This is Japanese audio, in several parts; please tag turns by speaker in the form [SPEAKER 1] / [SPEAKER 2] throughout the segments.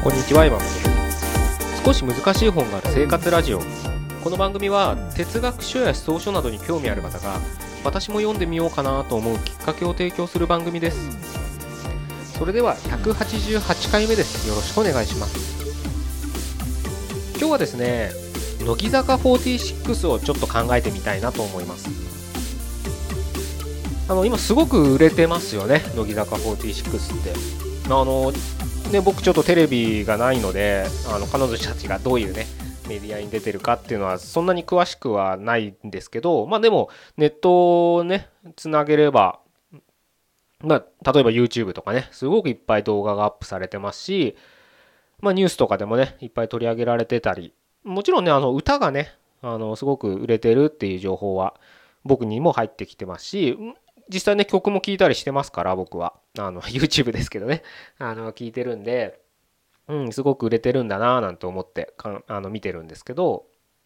[SPEAKER 1] こんにちは、今本です。少し難しい本がある生活ラジオ。この番組は哲学書や思想書などに興味ある方が私も読んでみようかなと思うきっかけを提供する番組です。それでは188回目です。よろしくお願いします。今日はですね、乃木坂46をちょっと考えてみたいなと思います。今すごく売れてますよね、乃木坂46って。僕ちょっとテレビがないので彼女たちがどういうねメディアに出てるかっていうのはそんなに詳しくはないんですけど、でもネットをねつなげれば、例えば YouTube とかねすごくいっぱい動画がアップされてますし、ニュースとかでもねいっぱい取り上げられてたり、もちろんね歌がねすごく売れてるっていう情報は僕にも入ってきてますし、実際ね曲も聴いたりしてますから、僕はYouTube ですけどね聴いてるんで、すごく売れてるんだななんて思って見てるんですけど、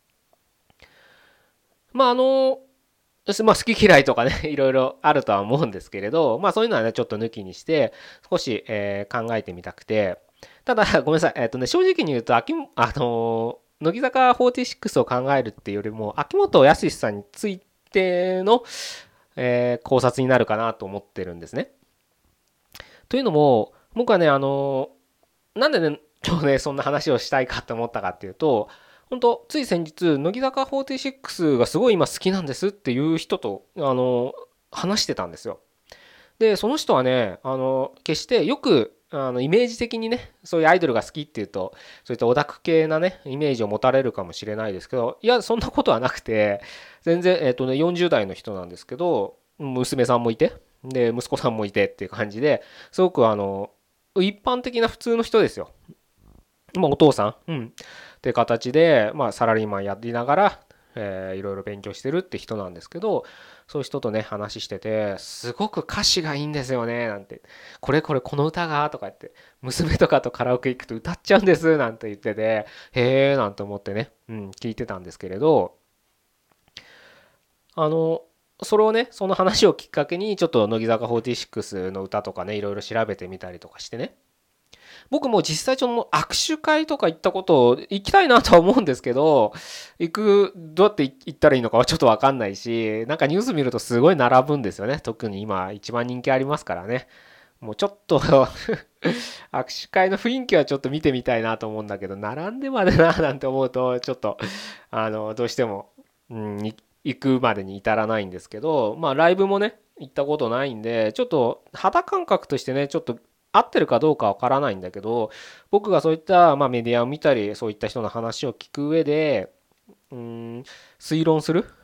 [SPEAKER 1] 好き嫌いとかねいろいろあるとは思うんですけれど、そういうのはねちょっと抜きにして少し、考えてみたくて、ただごめんなさい、正直に言うと乃木坂46を考えるっていうよりも秋元康さんについての考察になるかなと思ってるんですね。というのも僕はねなんでね今日ねそんな話をしたいかと思ったかっていうと、本当つい先日乃木坂46がすごい今好きなんですっていう人と話してたんですよ。でその人はね決してよくイメージ的にねそういうアイドルが好きっていうとそういったオタク系なねイメージを持たれるかもしれないですけど、いやそんなことはなくて、全然40代の人なんですけど、娘さんもいてで息子さんもいてっていう感じで、すごく一般的な普通の人ですよ。お父さん、って形で、サラリーマンやりながら、いろいろ勉強してるって人なんですけど、そういう人とね話してて、すごく歌詞がいいんですよねなんて、この歌がとか言って、娘とかとカラオケ行くと歌っちゃうんですなんて言ってて、へえなんて思ってね、聞いてたんですけれど、それをねその話をきっかけにちょっと乃木坂46の歌とかねいろいろ調べてみたりとかしてね、僕も実際握手会とか行ったこと行きたいなとは思うんですけど、どうやって行ったらいいのかはちょっと分かんないし、なんかニュース見るとすごい並ぶんですよね。特に今一番人気ありますからね。もうちょっと握手会の雰囲気はちょっと見てみたいなと思うんだけど、並んでまでななんて思うとちょっとどうしても、行くまでに至らないんですけど、ライブもね行ったことないんで、ちょっと肌感覚としてねちょっと合ってるかどうかわからないんだけど、僕がそういった、メディアを見たりそういった人の話を聞く上で推論する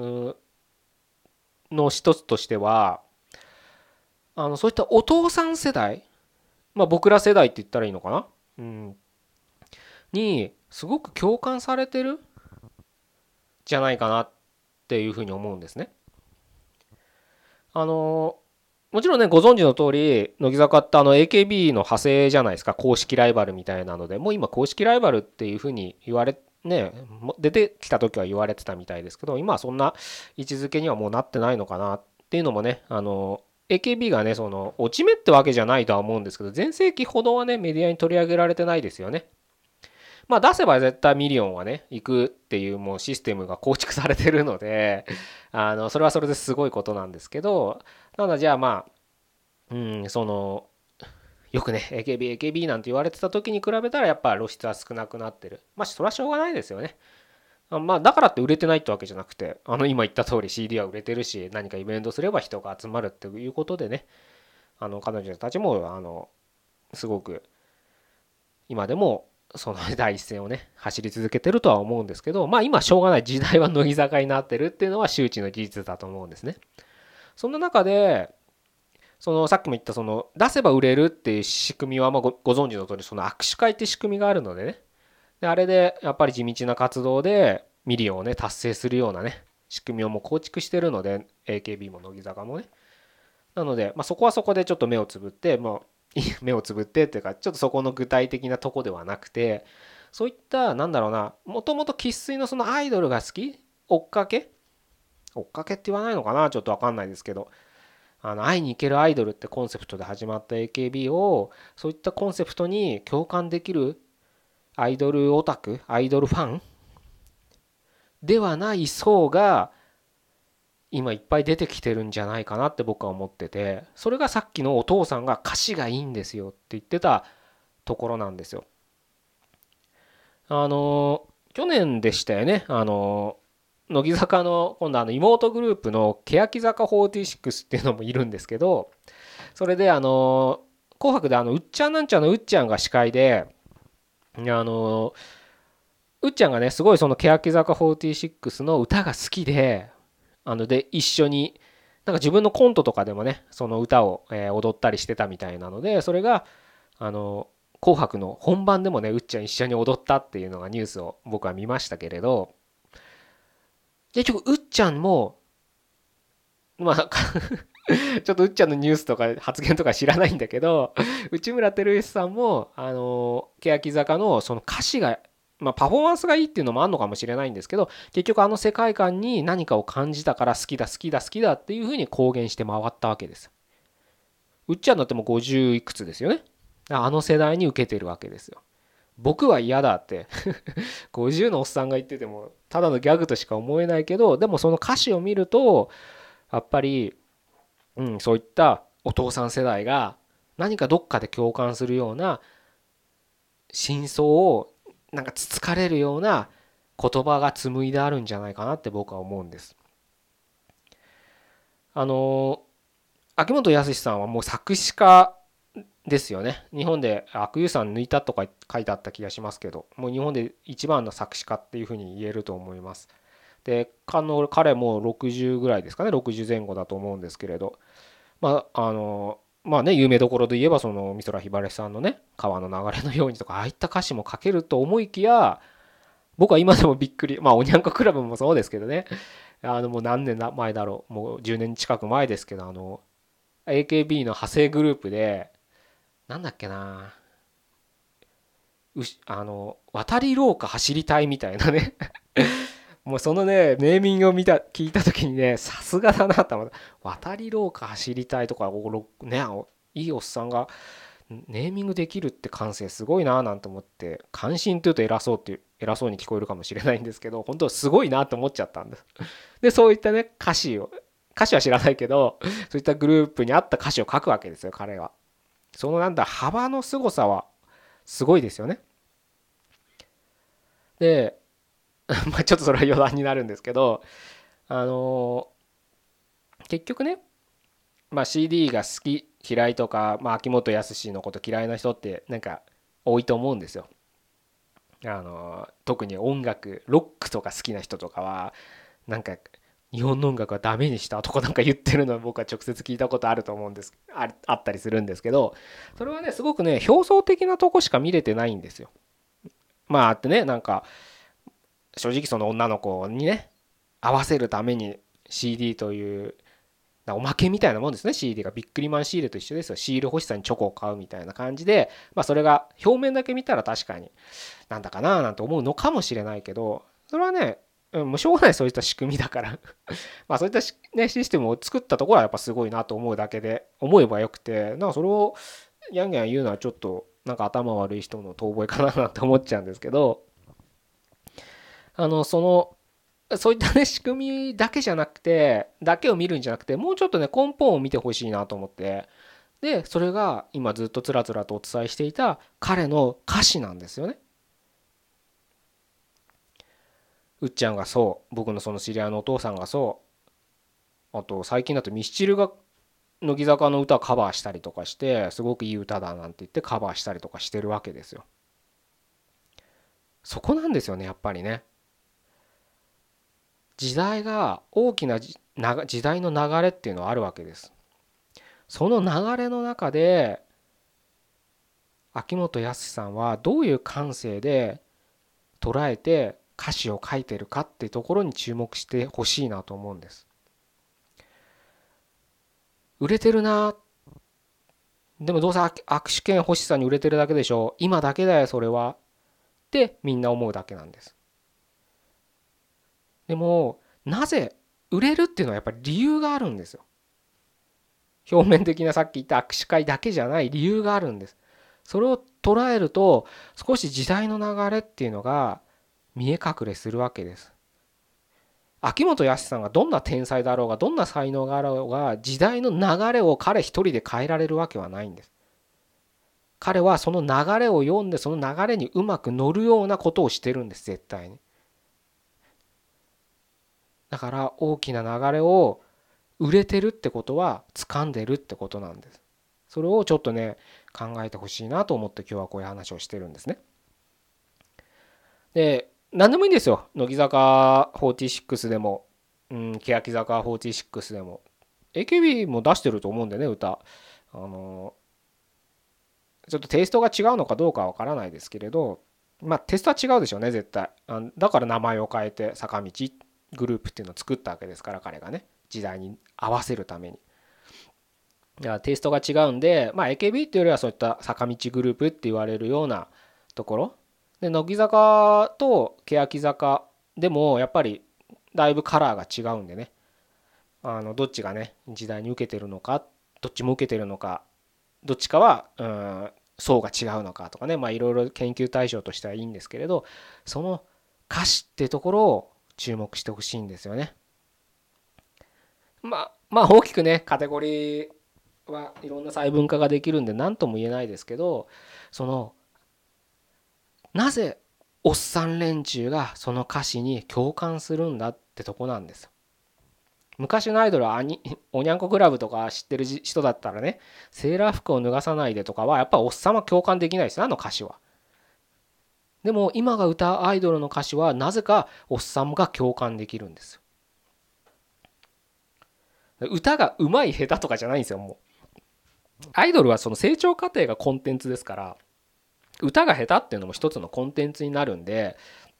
[SPEAKER 1] の一つとしては、そういったお父さん世代、僕ら世代って言ったらいいのかな、にすごく共感されてるじゃないかなっていうふうに思うんですね。もちろんねご存知の通り乃木坂って AKB の派生じゃないですか、公式ライバルみたいなので、もう今公式ライバルっていうふうに言われね出てきた時は言われてたみたいですけど、今はそんな位置づけにはもうなってないのかなっていうのもね、AKB がねその落ち目ってわけじゃないとは思うんですけど、全盛期ほどはねメディアに取り上げられてないですよね。出せば絶対ミリオンはね行くっていうもうシステムが構築されてるので、それはそれですごいことなんですけど、ただじゃあよくね AKB なんて言われてた時に比べたらやっぱ露出は少なくなってる。それはしょうがないですよね。だからって売れてないってわけじゃなくて、今言った通り CD は売れてるし、何かイベントすれば人が集まるっていうことでね、彼女たちもすごく今でもその第一線をね走り続けてるとは思うんですけど、今しょうがない、時代は乃木坂になってるっていうのは周知の事実だと思うんですね。そんな中でさっきも言った出せば売れるっていう仕組みはご存知の通りその握手会って仕組みがあるのでね、であれでやっぱり地道な活動でミリオンをね達成するようなね仕組みをもう構築してるので AKB も乃木坂もね、なので、そこはそこでちょっと目をつぶって、目をつぶってっていうかちょっとそこの具体的なとこではなくて、そういったなんだろうな、もともと生粋のそのアイドルが好き、追っかけって言わないのかな、ちょっと分かんないですけど、 会いに行けるアイドルってコンセプトで始まった AKB を、そういったコンセプトに共感できるアイドルオタク、アイドルファンではない層が今いっぱい出てきてるんじゃないかなって僕は思ってて、それがさっきのお父さんが歌詞がいいんですよって言ってたところなんですよ。去年でしたよね。乃木坂の今度妹グループの欅坂46っていうのもいるんですけど、それで紅白でうっちゃんなんちゃんのうっちゃんが司会で、うっちゃんがね、すごいその欅坂46の歌が好きで、で、一緒に、なんか自分のコントとかでもね、その歌を踊ったりしてたみたいなので、それが、紅白の本番でもね、うっちゃん一緒に踊ったっていうのがニュースを僕は見ましたけれど、結局、うっちゃんも、まあちょっとうっちゃんのニュースとか発言とか知らないんだけど、内村照良さんも、欅坂のその歌詞が、まあ、パフォーマンスがいいっていうのもあるのかもしれないんですけど、結局世界観に何かを感じたから好きだ好きだ好きだっていうふうに公言して回ったわけです。うっちゃんだってもう50いくつですよね。世代に受けてるわけですよ。僕は嫌だって50のおっさんが言っててもただのギャグとしか思えないけど、でもその歌詞を見るとやっぱり、そういったお父さん世代が何かどっかで共感するような真相をなんかつつかれるような言葉が紡いであるんじゃないかなって僕は思うんです。あの秋元康さんはもう作詞家ですよね。日本で悪友さん抜いたとか書いてあった気がしますけど、もう日本で一番の作詞家っていうふうに言えると思います。で、彼も60ぐらいですかね、60前後だと思うんですけれど、まあね、有名どころで言えば、その美空ひばりさんのね、川の流れのようにとか、ああいった歌詞も書けると思いきや、僕は今でもびっくり、まあ、おにゃんこクラブもそうですけどね、もう何年前だろう、もう10年近く前ですけど、AKB の派生グループで、なんだっけな、渡り廊下走りたいみたいなねもうそのね、ネーミングを聞いた時にね、さすがだなと思った。渡り廊下走りたいとか、ね、いいおっさんがネーミングできるって感性すごいななんて思って、感心というと偉そうに聞こえるかもしれないんですけど、本当すごいなと思っちゃったんです。で、そういったね、歌詞は知らないけど、そういったグループに合った歌詞を書くわけですよ、彼は。そのなんだ、幅の凄さはすごいですよね。で、まあちょっとそれは余談になるんですけど、あの結局ね、まあ、CD が好き嫌いとか、まあ、秋元康のこと嫌いな人ってなんか多いと思うんですよ。特に音楽ロックとか好きな人とかはなんか日本の音楽はダメにしたとかなんか言ってるのは僕は直接聞いたことあると思うんです、あったりするんですけど、それはねすごくね表層的なとこしか見れてないんですよ。まああってね、なんか正直その女の子にね合わせるために CD というおまけみたいなもんですね。 CD がビックリマンシールと一緒ですよ。シール欲しさにチョコを買うみたいな感じで、まあそれが表面だけ見たら確かになんだかななんて思うのかもしれないけど、それはね、もうしょうがない、そういった仕組みだからまあそういったね、システムを作ったところはやっぱすごいなと思うだけで、思えばよくて、なんかそれをギャンギャン言うのはちょっとなんか頭悪い人の遠吠えかななんて思っちゃうんですけど、そういったね、仕組みだけじゃなくて、だけを見るんじゃなくて、もうちょっとね、根本を見てほしいなと思って、で、それが今ずっとつらつらとお伝えしていた彼の歌詞なんですよね。うっちゃんがそう、僕のその知り合いのお父さんがそう、あと最近だとミスチルが乃木坂の歌をカバーしたりとかして、すごくいい歌だなんて言ってカバーしたりとかしてるわけですよ。そこなんですよね、やっぱりね。時代が大きな時代の流れっていうのはあるわけです。その流れの中で秋元康さんはどういう感性で捉えて歌詞を書いてるかっていうところに注目してほしいなと思うんです。売れてるな、でもどうせ握手券欲しさに売れてるだけでしょ、今だけだよそれはってみんな思うだけなんです。でもなぜ売れるっていうのはやっぱり理由があるんですよ。 表面的なさっき言った握手会だけじゃない理由があるんです。それを捉えると少し時代の流れっていうのが見え隠れするわけです。秋元康さんがどんな天才だろうがどんな才能があろうが時代の流れを彼一人で変えられるわけはないんです。彼はその流れを読んでその流れにうまく乗るようなことをしてるんです、絶対に。だから大きな流れを売れてるってことは掴んでるってことなんです。それをちょっとね考えてほしいなと思って今日はこういう話をしてるんですね。で、何でもいいんですよ。乃木坂46でも、欅坂46でも。AKB も出してると思うんでね、歌。あの、ちょっとテイストが違うのかどうかはわからないですけれど、まあテイストは違うでしょうね、絶対。だから名前を変えて坂道グループっていうのを作ったわけですから、彼がね。時代に合わせるために。いやテイストが違うんで、まあ、AKB っていうよりはそういった坂道グループって言われるようなところで、乃木坂と欅坂でもやっぱりだいぶカラーが違うんでね、どっちがね時代に受けてるのか、どっちも受けてるのか、どっちかは層が違うのかとかね、まあいろいろ研究対象としてはいいんですけれど、その歌詞ってところを注目してほしいんですよね。まあ大きくねカテゴリーはいろんな細分化ができるんで何とも言えないですけど、そのなぜおっさん連中がその歌詞に共感するんだってとこなんです。昔のアイドルはおにゃんこクラブとか知ってる人だったらね、セーラー服を脱がさないでとかはやっぱおっさんは共感できないですよ、あの歌詞は。でも今が歌うアイドルの歌詞はなぜかおっさんが共感できるんですよ。歌が上手い下手とかじゃないんですよ。もうアイドルはその成長過程がコンテンツですから、歌が下手っていうのも一つのコンテンツになるんで、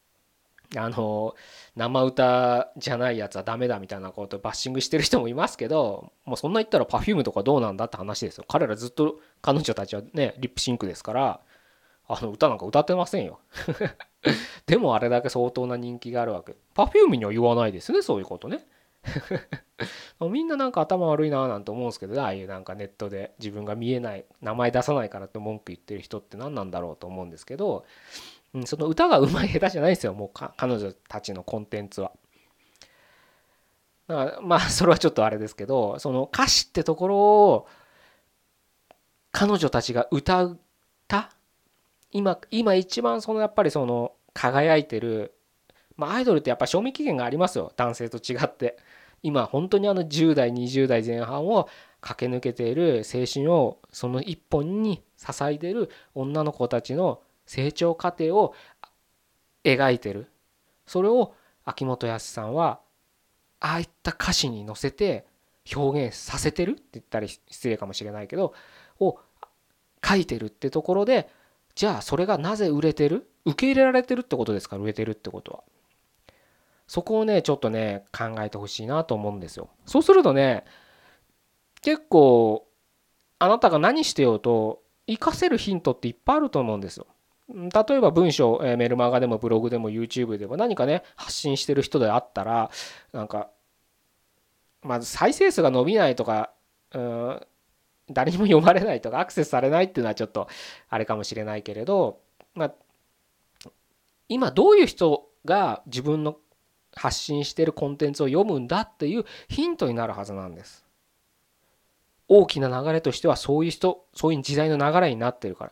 [SPEAKER 1] 生歌じゃないやつはダメだみたいなことをバッシングしてる人もいますけど、もうそんな言ったら Perfume とかどうなんだって話ですよ。彼らずっと彼女たちはねリップシンクですから、歌なんか歌ってませんよ。でもあれだけ相当な人気があるわけ。Perfume には言わないですね、そういうことね。みんななんか頭悪いなーなんて思うんですけどね、ああいうなんかネットで自分が見えない、名前出さないからって文句言ってる人って何なんだろうと思うんですけど、その歌が上手い下手じゃないですよ、もう彼女たちのコンテンツは。だからまあそれはちょっとあれですけど、その歌詞ってところを彼女たちが歌った今一番そのやっぱりその輝いてる、まあアイドルってやっぱ賞味期限がありますよ、男性と違って。今本当に10代20代前半を駆け抜けている青春をその一本に支えている女の子たちの成長過程を描いてる。それを秋元康さんはああいった歌詞に乗せて表現させてるって言ったら失礼かもしれないけどを書いてるってところで、じゃあそれがなぜ売れてる、受け入れられてるってことですから、売れてるってことは。そこをねちょっとね考えてほしいなと思うんですよ。そうするとね、結構あなたが何してようと活かせるヒントっていっぱいあると思うんですよ。例えば文章、メルマガでもブログでも YouTube でも何かね発信してる人であったら、なんかまず再生数が伸びないとか、誰にも読まれないとかアクセスされないっていうのはちょっとあれかもしれないけれど、まあ、今どういう人が自分の発信しているコンテンツを読むんだっていうヒントになるはずなんです。大きな流れとしてはそういう人、そういう時代の流れになってるから。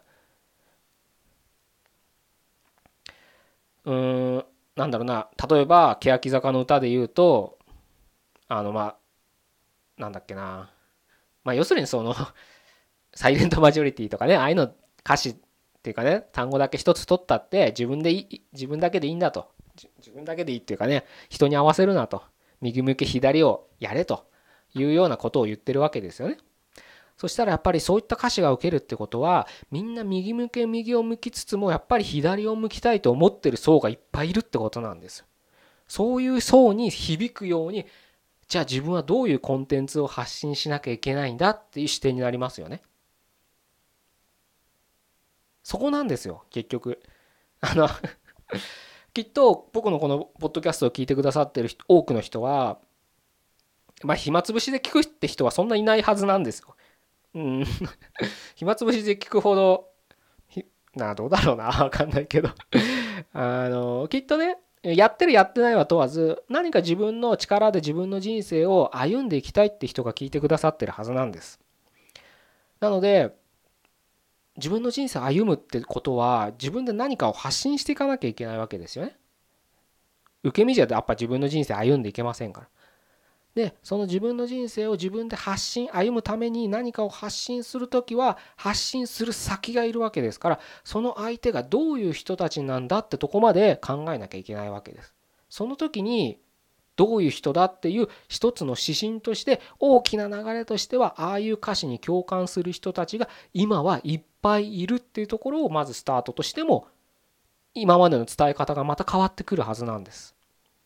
[SPEAKER 1] なんだろうな、例えば欅坂の歌で言うと、まあなんだっけな、まあ要するにそのサイレントマジョリティとかね、ああいうの歌詞っていうかね、単語だけ一つ取ったって自分だけでいいんだと。自分だけでいいっていうかね、人に合わせるなと。右向け左をやれというようなことを言ってるわけですよね。そしたらやっぱりそういった歌詞が受けるってことは、みんな右向け右を向きつつもやっぱり左を向きたいと思ってる層がいっぱいいるってことなんです。そういう層に響くように、じゃあ自分はどういうコンテンツを発信しなきゃいけないんだっていう視点になりますよね。そこなんですよ、結局。あのきっと僕のこのポッドキャストを聞いてくださってる多くの人は、 まあ暇つぶしで聞くって人はそんないないはずなんですよ。暇つぶしで聞くほどどうだろうな、わかんないけどきっとね、やってるやってないは問わず、何か自分の力で自分の人生を歩んでいきたいって人が聞いてくださってるはずなんです。なので、自分の人生を歩むってことは、自分で何かを発信していかなきゃいけないわけですよね。受け身じゃやっぱ自分の人生歩んでいけませんから。で、その自分の人生を自分で歩むために何かを発信するときは、発信する先がいるわけですから、その相手がどういう人たちなんだってとこまで考えなきゃいけないわけです。その時に、どういう人だっていう一つの指針として、大きな流れとしては、ああいう歌詞に共感する人たちが今はいっぱいいるっていうところをまずスタートとしても、今までの伝え方がまた変わってくるはずなんです。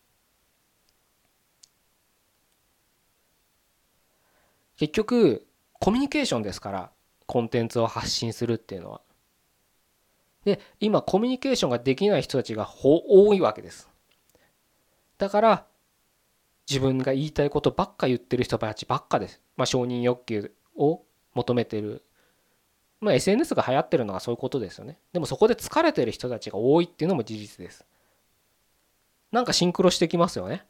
[SPEAKER 1] 結局コミュニケーションですから、コンテンツを発信するっていうのは。で、今コミュニケーションができない人たちが多いわけです。だから自分が言いたいことばっか言ってる人たちばっかです。承認欲求を求めてる。SNS が流行ってるのはそういうことですよね。でもそこで疲れてる人たちが多いっていうのも事実です。なんかシンクロしてきますよね。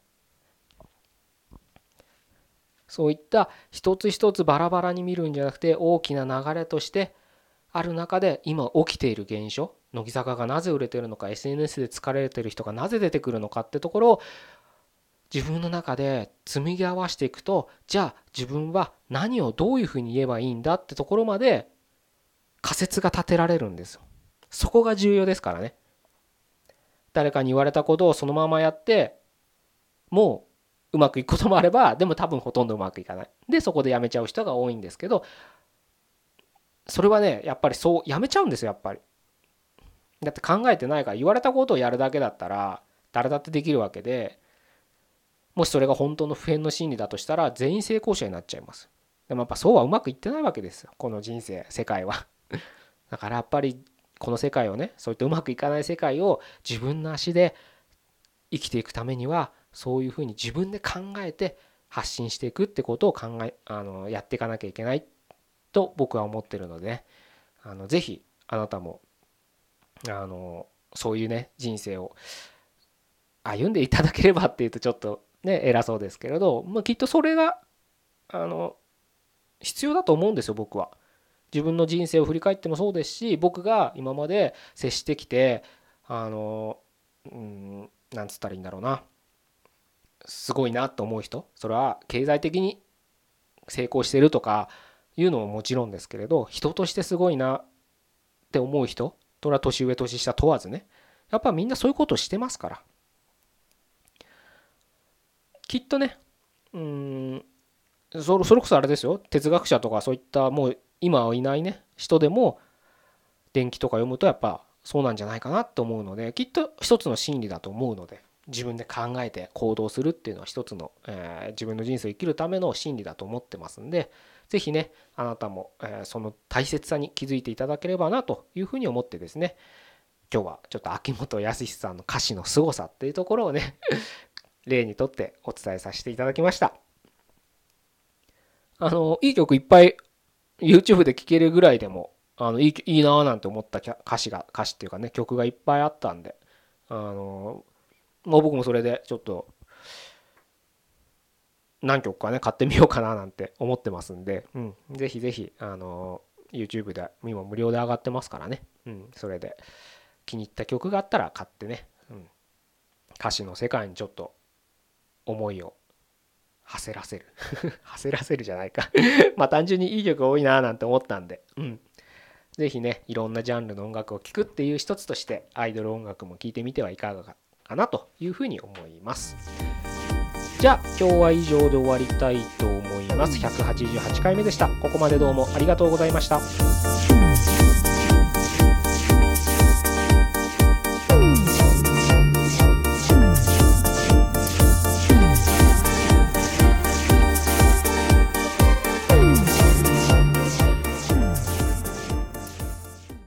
[SPEAKER 1] そういった一つ一つバラバラに見るんじゃなくて、大きな流れとしてある中で今起きている現象、乃木坂がなぜ売れてるのか、 SNS で疲れてる人がなぜ出てくるのかってところを自分の中で積み合わせていくと、じゃあ自分は何をどういうふうに言えばいいんだってところまで仮説が立てられるんですよ。そこが重要ですからね。誰かに言われたことをそのままやってもうまくいくこともあれば、でも多分ほとんどうまくいかないで、そこでやめちゃう人が多いんですけど、それはね、やっぱりそうやめちゃうんですよ。やっぱりだって考えてないから。言われたことをやるだけだったら誰だってできるわけで、もしそれが本当の普遍の真理だとしたら全員成功者になっちゃいます。でもやっぱそうはうまくいってないわけですよ、この人生世界は。だからやっぱりこの世界をね、そういったうまくいかない世界を自分の足で生きていくためには、そういうふうに自分で考えて発信していくってことをやっていかなきゃいけないと僕は思ってるのでね、ぜひあなたもそういうね人生を歩んでいただければっていうとちょっとね偉そうですけれど、きっとそれが必要だと思うんですよ、僕は。自分の人生を振り返ってもそうですし、僕が今まで接してきてなんつったらいいんだろうな、すごいなと思う人、それは経済的に成功してるとかいうのももちろんですけれど、人としてすごいなって思う人、それは年上年下問わずね、やっぱみんなそういうことをしてますから、きっとね、それこそあれですよ、哲学者とかそういったもう今はいないね人でも伝記とか読むとやっぱそうなんじゃないかなと思うので、きっと一つの真理だと思うので、自分で考えて行動するっていうのは一つの、自分の人生を生きるための真理だと思ってますんで、ぜひねあなたも、その大切さに気づいていただければなというふうに思ってですね、今日はちょっと秋元康さんの歌詞の凄さっていうところをね例にとってお伝えさせていただきました。いい曲いっぱい YouTube で聴けるぐらいでもいいなーなんて思った歌詞っていうかね、曲がいっぱいあったんで、もう僕もそれでちょっと何曲かね買ってみようかななんて思ってますんで、ぜひぜひYouTube で今無料で上がってますからね、それで気に入った曲があったら買ってね、歌詞の世界にちょっと思いを馳せらせる馳せらせるじゃないか単純にいい曲多いななんて思ったんで、ぜひねいろんなジャンルの音楽を聴くっていう一つとしてアイドル音楽も聴いてみてはいかがかなというふうに思います。じゃあ今日は以上で終わりたいと思います。188回目でした。ここまでどうもありがとうございました。